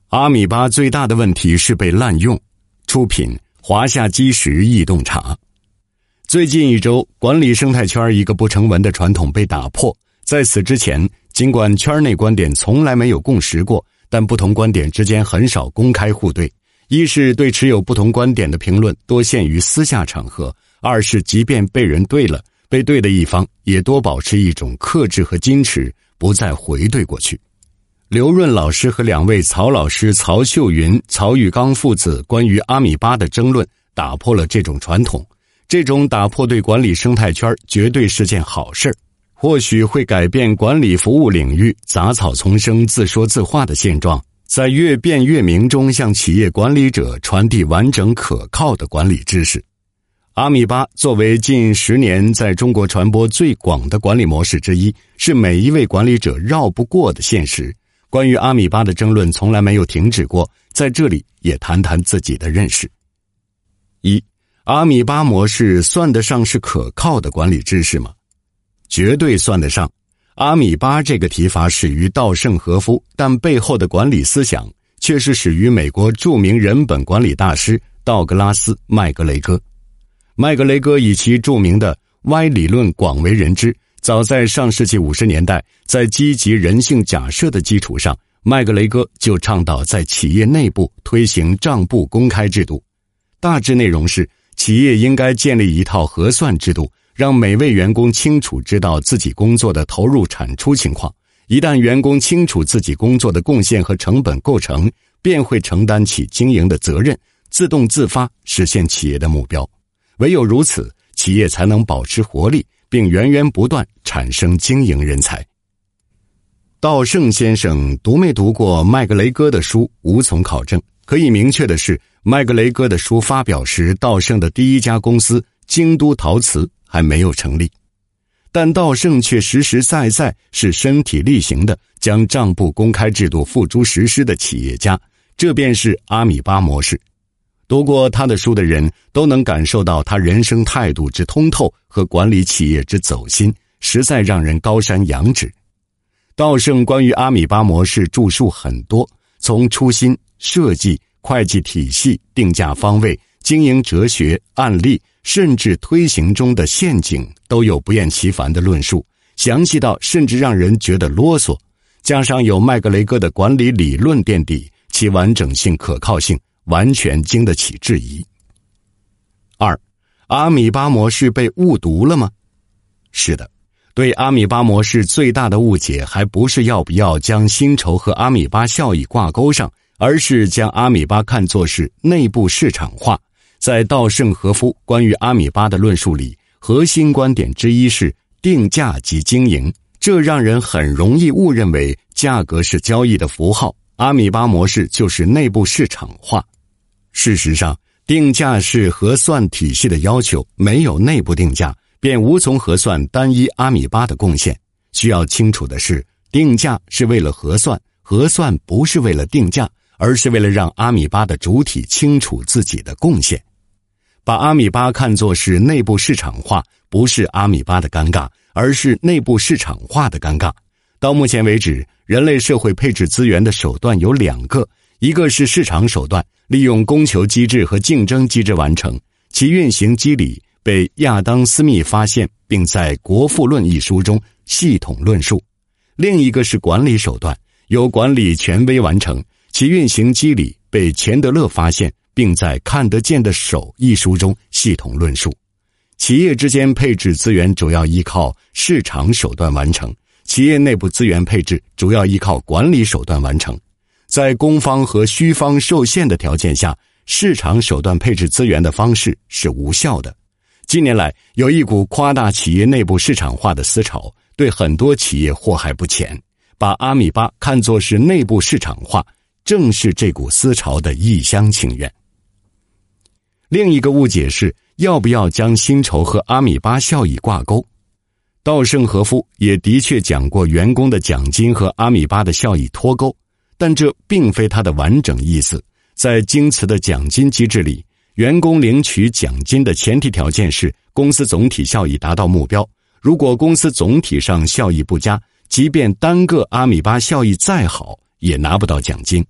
阿米巴最大的问题是被滥用。出品华夏基石易洞茶。最近一周，管理生态圈一个不成文的传统被打破。在此之前，尽管圈内观点从来没有共识过，但不同观点之间很少公开互对。一是对持有不同观点的评论多限于私下场合，二是即便被人对了，被对的一方也多保持一种克制和矜持，不再回对过去。刘润老师和两位曹老师曹秀云、曹玉刚父子关于阿米巴的争论打破了这种传统。这种打破对管理生态圈绝对是件好事，或许会改变管理服务领域杂草丛生、自说自话的现状，在越辩越明中向企业管理者传递完整可靠的管理知识。阿米巴作为近10年在中国传播最广的管理模式之一，是每一位管理者绕不过的现实。关于阿米巴的争论从来没有停止过，在这里也谈谈自己的认识。一、阿米巴模式算得上是可靠的管理知识吗？绝对算得上。阿米巴这个提法始于稻盛和夫，但背后的管理思想却是始于美国著名人本管理大师道格拉斯·麦格雷戈。麦格雷戈以其著名的 Y 理论广为人知，早在上世纪50年代，在积极人性假设的基础上，麦格雷戈就倡导在企业内部推行账簿公开制度。大致内容是，企业应该建立一套核算制度，让每位员工清楚知道自己工作的投入产出情况。一旦员工清楚自己工作的贡献和成本构成，便会承担起经营的责任，自动自发实现企业的目标。唯有如此，企业才能保持活力，并源源不断产生经营人才。稻盛先生读没读过麦格雷戈的书无从考证，可以明确的是，麦格雷戈的书发表时，稻盛的第一家公司京都陶瓷还没有成立。但稻盛却实实在在是身体力行的将账簿公开制度付诸实施的企业家，这便是阿米巴模式。读过他的书的人都能感受到他人生态度之通透和管理企业之走心，实在让人高山仰止。稻盛关于阿米巴模式著述很多，从初心、设计、会计体系、定价方位、经营哲学、案例，甚至推行中的陷阱，都有不厌其烦的论述，详细到甚至让人觉得啰嗦。加上有麦格雷戈的管理理论垫底，其完整性、可靠性完全经得起质疑。二、阿米巴模式被误读了吗？是的，对阿米巴模式最大的误解还不是要不要将薪酬和阿米巴效益挂钩上，而是将阿米巴看作是内部市场化。在稻盛和夫关于阿米巴的论述里，核心观点之一是定价及经营，这让人很容易误认为价格是交易的符号，阿米巴模式就是内部市场化。事实上，定价是核算体系的要求，没有内部定价，便无从核算单一阿米巴的贡献。需要清楚的是，定价是为了核算，核算不是为了定价，而是为了让阿米巴的主体清楚自己的贡献。把阿米巴看作是内部市场化，不是阿米巴的尴尬，而是内部市场化的尴尬。到目前为止，人类社会配置资源的手段有2个，一个是市场手段，利用供求机制和竞争机制完成，其运行机理被亚当·斯密发现，并在《国富论》一书中系统论述。另一个是管理手段，由管理权威完成，其运行机理被钱德勒发现，并在《看得见的手》一书中系统论述。企业之间配置资源主要依靠市场手段完成，企业内部资源配置主要依靠管理手段完成。在供方和需方受限的条件下，市场手段配置资源的方式是无效的。近年来，有一股夸大企业内部市场化的思潮，对很多企业祸害不浅。把阿米巴看作是内部市场化，正是这股思潮的一厢情愿。另一个误解是，要不要将薪酬和阿米巴效益挂钩？稻盛和夫也的确讲过员工的奖金和阿米巴的效益脱钩，但这并非他的完整意思。在京瓷的奖金机制里，员工领取奖金的前提条件是公司总体效益达到目标。如果公司总体上效益不佳，即便单个阿米巴效益再好，也拿不到奖金。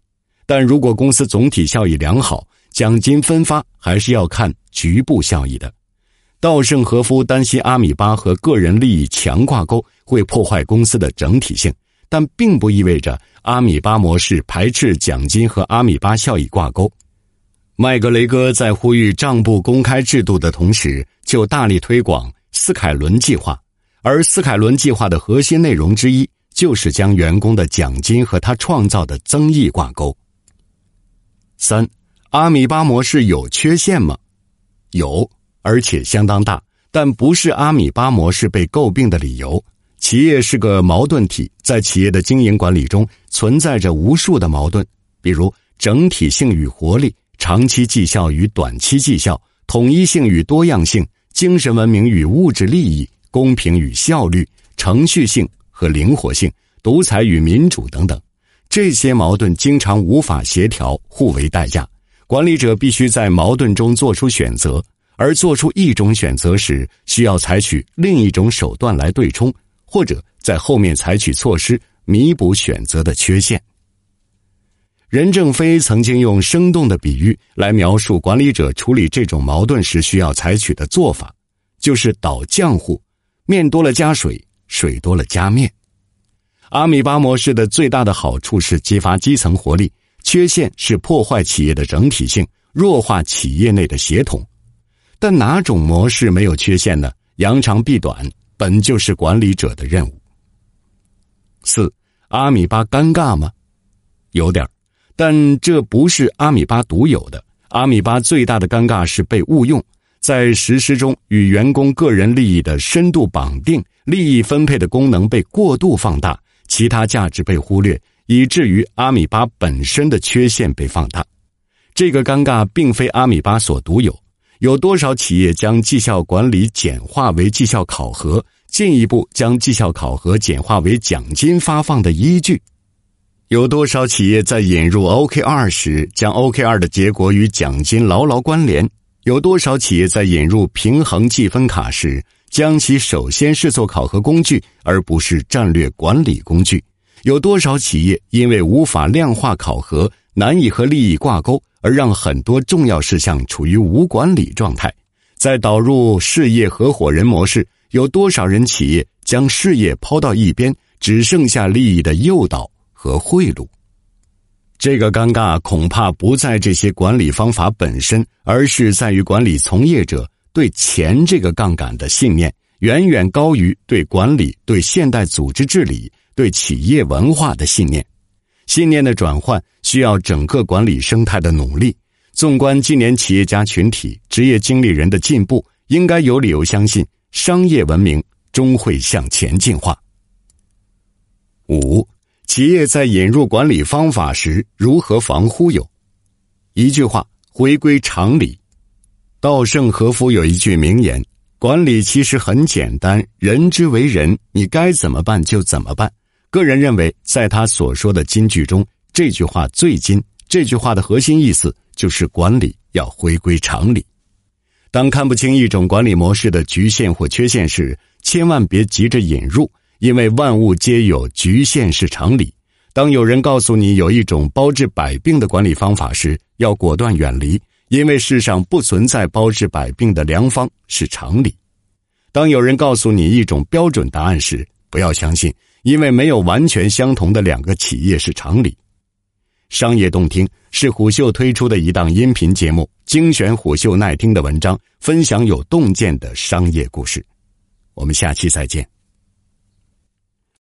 但如果公司总体效益良好，奖金分发还是要看局部效益的。稻盛和夫担心阿米巴和个人利益强挂钩会破坏公司的整体性，但并不意味着阿米巴模式排斥奖金和阿米巴效益挂钩。麦格雷戈在呼吁账簿公开制度的同时，就大力推广斯凯伦计划，而斯凯伦计划的核心内容之一就是将员工的奖金和他创造的增益挂钩。3. 阿米巴模式有缺陷吗？有，而且相当大，但不是阿米巴模式被诟病的理由。企业是个矛盾体，在企业的经营管理中存在着无数的矛盾，比如整体性与活力、长期绩效与短期绩效、统一性与多样性、精神文明与物质利益、公平与效率、程序性和灵活性、独裁与民主等等。这些矛盾经常无法协调，互为代价。管理者必须在矛盾中做出选择，而做出一种选择时，需要采取另一种手段来对冲，或者在后面采取措施弥补选择的缺陷。任正非曾经用生动的比喻来描述管理者处理这种矛盾时需要采取的做法，就是倒浆糊，面多了加水，水多了加面。阿米巴模式的最大的好处是激发基层活力，缺陷是破坏企业的整体性，弱化企业内的协同。但哪种模式没有缺陷呢？扬长避短本就是管理者的任务。4. 阿米巴尴尬吗？有点，但这不是阿米巴独有的。阿米巴最大的尴尬是被误用，在实施中与员工个人利益的深度绑定，利益分配的功能被过度放大，其他价值被忽略，以至于阿米巴本身的缺陷被放大。这个尴尬并非阿米巴所独有，有多少企业将绩效管理简化为绩效考核，进一步将绩效考核简化为奖金发放的依据？有多少企业在引入 OKR 时，将 OKR 的结果与奖金牢牢关联？有多少企业在引入平衡计分卡时，将其首先视作考核工具，而不是战略管理工具？有多少企业因为无法量化考核，难以和利益挂钩，而让很多重要事项处于无管理状态？在导入事业合伙人模式，有多少人企业将事业抛到一边，只剩下利益的诱导和贿赂？这个尴尬恐怕不在这些管理方法本身，而是在于管理从业者对钱这个杠杆的信念，远远高于对管理、对现代组织治理、对企业文化的信念。信念的转换需要整个管理生态的努力。纵观今年企业家群体、职业经理人的进步，应该有理由相信商业文明终会向前进化。5. 企业在引入管理方法时如何防忽悠？一句话，回归常理。稻盛和夫有一句名言，管理其实很简单，人之为人，你该怎么办就怎么办。个人认为，在他所说的金句中，这句话最金。这句话的核心意思就是管理要回归常理。当看不清一种管理模式的局限或缺陷时，千万别急着引入，因为万物皆有局限是常理。当有人告诉你有一种包治百病的管理方法时，要果断远离，因为世上不存在包治百病的良方是常理。当有人告诉你一种标准答案时，不要相信，因为没有完全相同的两个企业是常理。商业洞听是虎嗅推出的一档音频节目，精选虎嗅耐听的文章，分享有洞见的商业故事。我们下期再见。